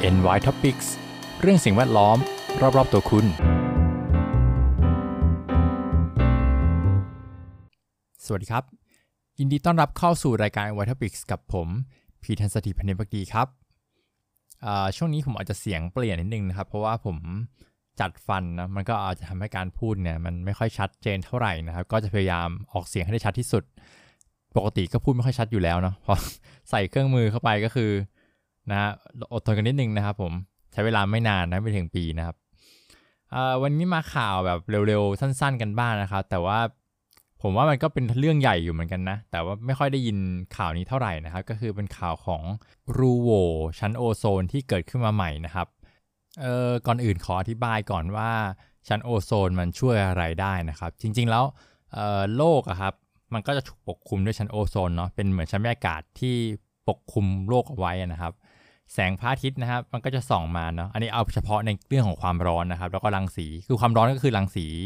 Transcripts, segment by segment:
NY Topics เรื่องสิ่งแวดล้อมรอบๆตัวคุณสวัสดีครับยินดีต้อนรับเข้าสู่รายการ NY Topics กับผมพีทันสถิต พเนจรภักดีครับช่วงนี้ผมอาจจะเสียงเปลี่ยนนิดนึงนะครับเพราะว่าผมจัดฟันนะมันก็อาจจะทำให้การพูดเนี่ยมันไม่ค่อยชัดเจนเท่าไหร่นะครับก็จะพยายามออกเสียงให้ได้ชัดที่สุดปกติก็พูดไม่ค่อยชัดอยู่แล้วเนาะพอใส่เครื่องมือเข้าไปก็คือนะอดทนกันนิดนึงนะครับผมใช้เวลาไม่นานนะไม่ถึงปีนะครับวันนี้มาข่าวแบบเร็วๆสั้นๆกันบ้าง นะครับแต่ว่าผมว่ามันก็เป็นเรื่องใหญ่อยู่เหมือนกันนะแต่ว่าไม่ค่อยได้ยินข่าวนี้เท่าไหร่นะครับก็คือเป็นข่าวของรูโหว่ชั้นโอโซนที่เกิดขึ้นมาใหม่นะครับก่อนอื่นขออธิบายก่อนว่าชั้นโอโซนมันช่วยอะไรได้นะครับจริงๆแล้วโลกอะครับมันก็จะถูกปกคลุมด้วยชั้นโอโซนเนาะเป็นเหมือนชั้นบรรยากาศที่ปกคลุมโลกเอาไว้นะครับแสงพระอาทิตย์นะครับมันก็จะส่องมาเนาะอันนี้เอาเฉพาะในเรื่องของความร้อนนะครับแล้วก็รังสีคือความร้อนก็คือรังสี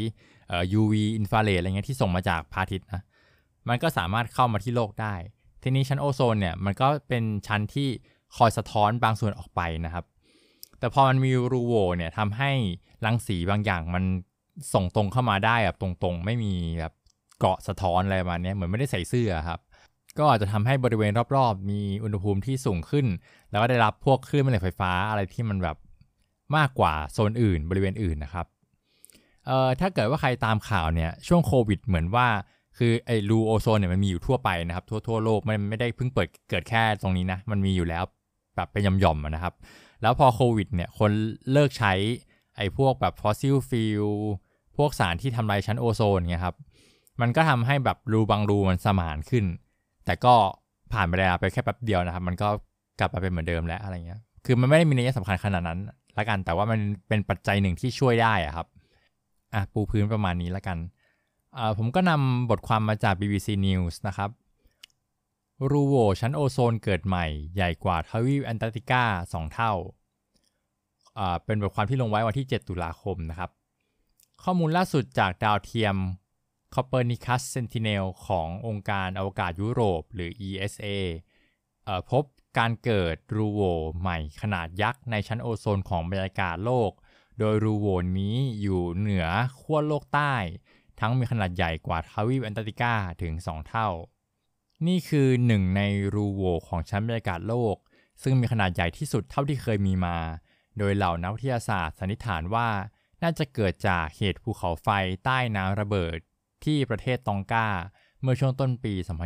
UV อินฟราเรดอะไรเงี้ยที่ส่งมาจากพระอาทิตย์นะมันก็สามารถเข้ามาที่โลกได้ทีนี้ชั้นโอโซนเนี่ยมันก็เป็นชั้นที่คอยสะท้อนบางส่วนออกไปนะครับแต่พอมันมีรูโหว่เนี่ยทำให้รังสีบางอย่างมันส่งตรงเข้ามาได้แบบตรงๆไม่มีแบบเกาะสะท้อนอะไรประมาณนี้เหมือนไม่ได้ใส่เสื้อครับก็อาจจะทำให้บริเวณรอบๆมีอุณหภูมิที่สูงขึ้นแล้วก็ได้รับพวกคลื่นแม่เหล็กไฟฟ้าอะไรที่มันแบบมากกว่าโซนอื่นบริเวณอื่นนะครับถ้าเกิดว่าใครตามข่าวเนี่ยช่วงโควิดเหมือนว่าคือไอ้รูโอโซนเนี่ยมันมีอยู่ทั่วไปนะครับทั่วโลกไม่ได้เพิ่งเกิดแค่ตรงนี้นะมันมีอยู่แล้วแบบเป็นหย่อมๆนะครับแล้วพอโควิดเนี่ยคนเลิกใช้ไอ้พวกแบบฟอสซิลฟิลพวกสารที่ทำลายชั้นโอโซนเงี้ยครับมันก็ทำให้แบบรูบางรูมันสมานขึ้นแต่ก็ผ่านไปแล้วไปแค่แป๊บเดียวนะครับมันก็กลับมาเป็นเหมือนเดิมแล้วอะไรเงี้ยคือมันไม่ได้มีนัยสำคัญขนาดนั้นละกันแต่ว่ามันเป็นปัจจัยหนึ่งที่ช่วยได้อะครับปูพื้นประมาณนี้ละกันผมก็นำบทความมาจาก BBC News นะครับรูโหว่ชั้นโอโซนเกิดใหม่ใหญ่กว่าทวีปแอนตาร์กติกา2 เท่าเป็นบทความที่ลงไว้วันที่7 ตุลาคมนะครับข้อมูลล่าสุดจากดาวเทียม Copernicus Sentinel ขององค์การอวกาศยุโรปหรือ ESA พบการเกิดรูโหว่ใหม่ขนาดยักษ์ในชั้นโอโซนของบรรยากาศโลกโดยรูโหว่นี้อยู่เหนือขั้วโลกใต้ทั้งมีขนาดใหญ่กว่าทวีปแอนตาร์กติกาถึง2 เท่านี่คือหนึ่งในรูโหว่ของชั้นบรรยากาศโลกซึ่งมีขนาดใหญ่ที่สุดเท่าที่เคยมีมาโดยเหล่านักวิทยาศาสตร์สันนิษฐานว่าน่าจะเกิดจากเหตุภูเขาไฟใต้น้ำระเบิดที่ประเทศตองกาเมื่อช่วงต้นปี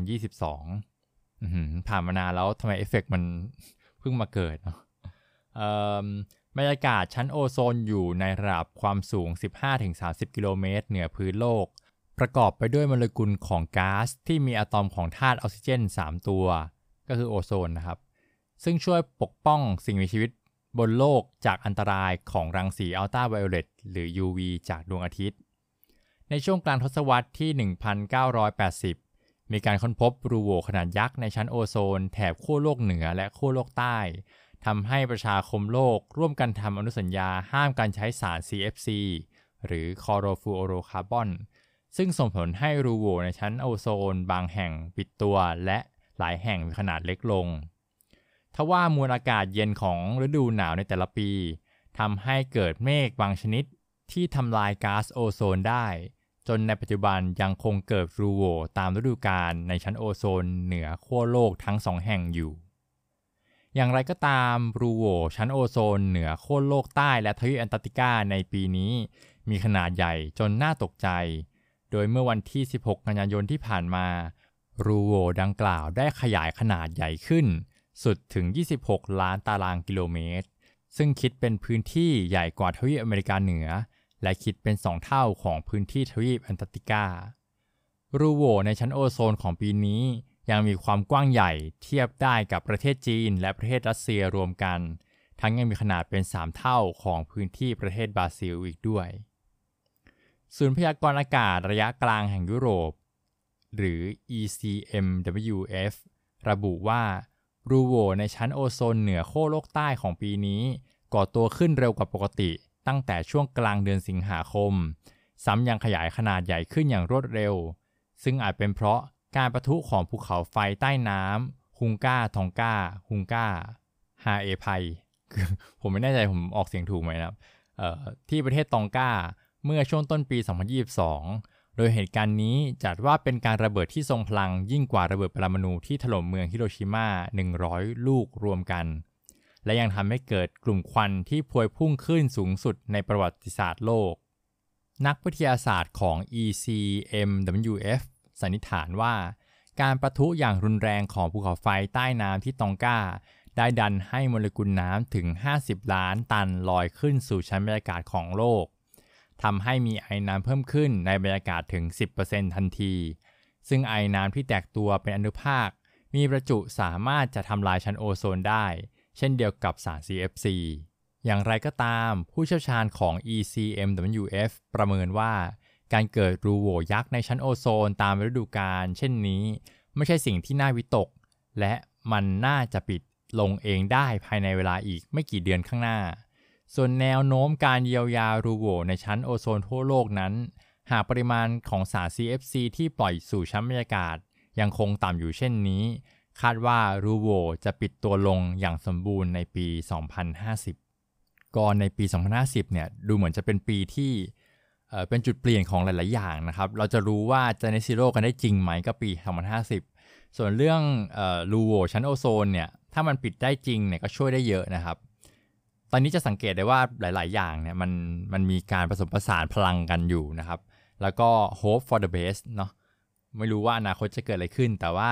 2022 ผ่านมานานแล้วทำไมเอฟเฟกต์มันเพิ่งมาเกิดเนาะบรรยากาศชั้นโอโซนอยู่ในระดับความสูง 15-30 กิโลเมตรเหนือพื้นโลกประกอบไปด้วยโมเลกุลของก๊าซที่มีอะตอมของธาตุออกซิเจน3 ตัวก็คือโอโซนนะครับซึ่งช่วยปกป้องสิ่งมีชีวิตบนโลกจากอันตรายของรังสีอัลตราไวโอเลตหรือ UV จากดวงอาทิตย์ในช่วงกลางทศวรรษที่ 1980 มีการค้นพบรูโหว่ขนาดยักษ์ในชั้นโอโซนแถบขั้วโลกเหนือและขั้วโลกใต้ทำให้ประชาคมโลกร่วมกันทำอนุสัญญาห้ามการใช้สาร CFC หรือคลอโรฟลูออโรคาร์บอนซึ่งส่งผลให้รูโหว่ในชั้นโอโซนบางแห่งปิดตัวและหลายแห่งมีขนาดเล็กลงทว่ามวลอากาศเย็นของฤดูหนาวในแต่ละปีทำให้เกิดเมฆบางชนิดที่ทำลายก๊าซโอโซนได้จนในปัจจุบันยังคงเกิดรูโหว่ตามฤดูกาลในชั้นโอโซนเหนือขั้วโลกทั้ง2 แห่งอยู่อย่างไรก็ตามรูโหว่ชั้นโอโซนเหนือขั้วโลกใต้และทวีปแอนตาร์กติกาในปีนี้มีขนาดใหญ่จนน่าตกใจโดยเมื่อวันที่16 กันยายนที่ผ่านมารูโหว่ดังกล่าวได้ขยายขนาดใหญ่ขึ้นสุดถึง26 ล้านตารางกิโลเมตรซึ่งคิดเป็นพื้นที่ใหญ่กว่าทวีปอเมริกาเหนือและคิดเป็น2 เท่าของพื้นที่ทวีปแอนตาร์กติการูโหว่ในชั้นโอโซนของปีนี้ยังมีความกว้างใหญ่เทียบได้กับประเทศจีนและประเทศรัสเซียรวมกันทั้งยังมีขนาดเป็น3 เท่าของพื้นที่ประเทศบราซิลอีกด้วยศูนย์พยากรณ์อากาศระยะกลางแห่งยุโรปหรือ ECMWF ระบุว่ารูโหว่ในชั้นโอโซนเหนือขั้วโลกใต้ของปีนี้ก่อตัวขึ้นเร็วกว่าปกติตั้งแต่ช่วงกลางเดือนสิงหาคมซ้ำยังขยายขนาดใหญ่ขึ้นอย่างรวดเร็วซึ่งอาจเป็นเพราะการปะทุของภูเขาไฟใต้น้ำฮุงกาทองกาฮุงกาฮาเอไพผมไม่แน่ใจผมออกเสียงถูกไหมนะครับที่ประเทศตองกาเมื่อช่วงต้นปี 2022 โดยเหตุการณ์นี้จัดว่าเป็นการระเบิดที่ทรงพลังยิ่งกว่าระเบิดปรมาณูที่ถล่มเมืองฮิโรชิมา100 ลูกรวมกันและยังทำให้เกิดกลุ่มควันที่พวยพุ่งขึ้นสูงสุดในประวัติศาสตร์โลกนักวิทยาศาสตร์ของ ECMWF สันนิษฐานว่าการปะทุอย่างรุนแรงของภูเขาไฟใต้น้ำที่ตองกาได้ดันให้โมเลกุลน้ำถึง50 ล้านตันลอยขึ้นสู่ชั้นบรรยากาศของโลกทำให้มีไอน้ำเพิ่มขึ้นในบรรยากาศถึง 10% ทันทีซึ่งไอน้ำที่แตกตัวเป็นอนุภาคมีประจุสามารถจะทำลายชั้นโอโซนได้เช่นเดียวกับสาร CFC อย่างไรก็ตามผู้เชี่ยวชาญของ ECMWF ประเมินว่าการเกิดรูโหว่ยักษ์ในชั้นโอโซนตามฤดูกาลเช่นนี้ไม่ใช่สิ่งที่น่าวิตกและมันน่าจะปิดลงเองได้ภายในเวลาอีกไม่กี่เดือนข้างหน้าส่วนแนวโน้มการเยียวยารูโหว่ในชั้นโอโซนทั่วโลกนั้นหากปริมาณของสาร CFC ที่ปล่อยสู่ชั้นบรรยากาศยังคงต่ำอยู่เช่นนี้คาดว่ารูโหว่จะปิดตัวลงอย่างสมบูรณ์ในปี 2050 ก่อนในปี 2050 เนี่ยดูเหมือนจะเป็นปีที่เป็นจุดเปลี่ยนของหลายๆอย่างนะครับเราจะรู้ว่าจะเนซิโร่กันได้จริงไหมก็ปี 2050 ส่วนเรื่องรูโหว่ชั้นโอโซนเนี่ยถ้ามันปิดได้จริงเนี่ยก็ช่วยได้เยอะนะครับตอนนี้จะสังเกตได้ว่าหลายๆอย่างเนี่ยมันมีการผสมผสานพลังกันอยู่นะครับแล้วก็ hope for the best เนาะไม่รู้ว่าอนาคตจะเกิดอะไรขึ้นแต่ว่า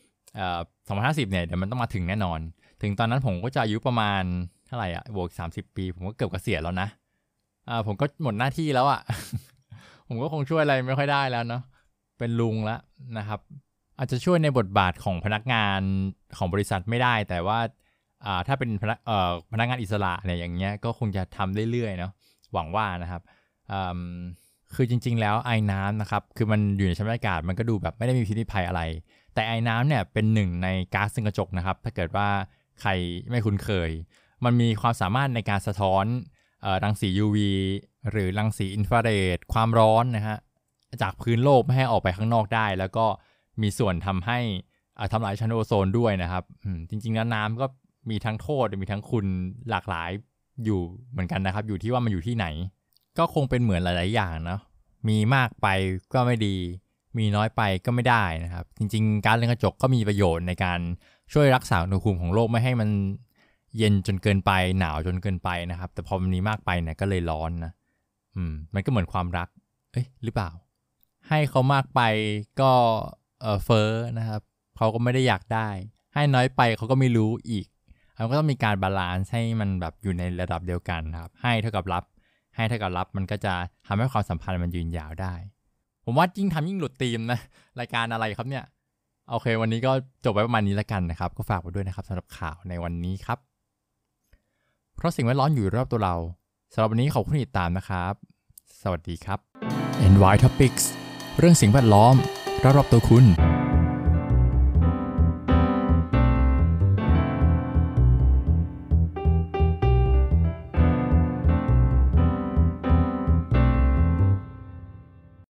2050 เนี่ยเดี๋ยวมันต้องมาถึงแน่นอนถึงตอนนั้นผมก็จะอายุประมาณเท่าไหร่อ่ะบวก30 ปีผมก็เกือบเกษียณแล้วนะผมก็หมดหน้าที่แล้วอ่ะ ผมก็คงช่วยอะไรไม่ค่อยได้แล้วเนาะเป็นลุงแล้วนะครับอาจจะช่วยในบทบาทของพนักงานของบริษัทไม่ได้แต่ว่าถ้าเป็นพนักงานอิสระเนี่ยอย่างเงี้ยก็คงจะทำเรื่อยๆเนาะหวังว่านะครับคือจริงๆแล้วไอ้น้ำนะครับคือมันอยู่ในชั้นบรรยากาศมันก็ดูแบบไม่ได้มีพิษภัยอะไรแต่ไอ้น้ำเนี่ยเป็นหนึ่งในก๊าซเรือนกระจกนะครับถ้าเกิดว่าใครไม่คุ้นเคยมันมีความสามารถในการสะท้อนรังสี UV หรือรังสีอินฟราเรดความร้อนนะฮะจากพื้นโลกไม่ให้ออกไปข้างนอกได้แล้วก็มีส่วนทำให้ทำลายชั้นโอโซนด้วยนะครับจริงๆแล้วน้ำก็มีทั้งโทษมีทั้งคุณหลากหลายอยู่เหมือนกันนะครับอยู่ที่ว่ามันอยู่ที่ไหนก็คงเป็นเหมือนหลายๆอย่างเนาะมีมากไปก็ไม่ดีมีน้อยไปก็ไม่ได้นะครับจริงๆก๊าซเรือนกระจกก็มีประโยชน์ในการช่วยรักษาอุณหภูมิของโลกไม่ให้มันเย็นจนเกินไปหนาวจนเกินไปนะครับแต่พอมันมีมากไปเนี่ยก็เลยร้อนนะมันก็เหมือนความรักหรือเปล่าให้เขามากไปก็เฟ้อนะครับเขาก็ไม่ได้อยากได้ให้น้อยไปเขาก็ไม่รู้อีกมันก็ต้องมีการบาลานซ์ให้มันแบบอยู่ในระดับเดียวกันครับให้เท่ากับรับให้เท่ากับรับมันก็จะทำให้ความสัมพันธ์มันยืนยาวได้ผมว่ายิ่งทำยิ่งหลุดธีมนะรายการอะไรครับเนี่ยโอเควันนี้ก็จบไว้ประมาณนี้แล้วกันนะครับก็ฝากไว้ด้วยนะครับสำหรับข่าวในวันนี้ครับเพราะสิ่งแวดล้อมอยู่รอบตัวเราสำหรับวันนี้ขอบคุณที่ติดตามนะครับสวัสดีครับ NY Topics เรื่องสิ่งแวดล้อมรอบๆตัวคุณ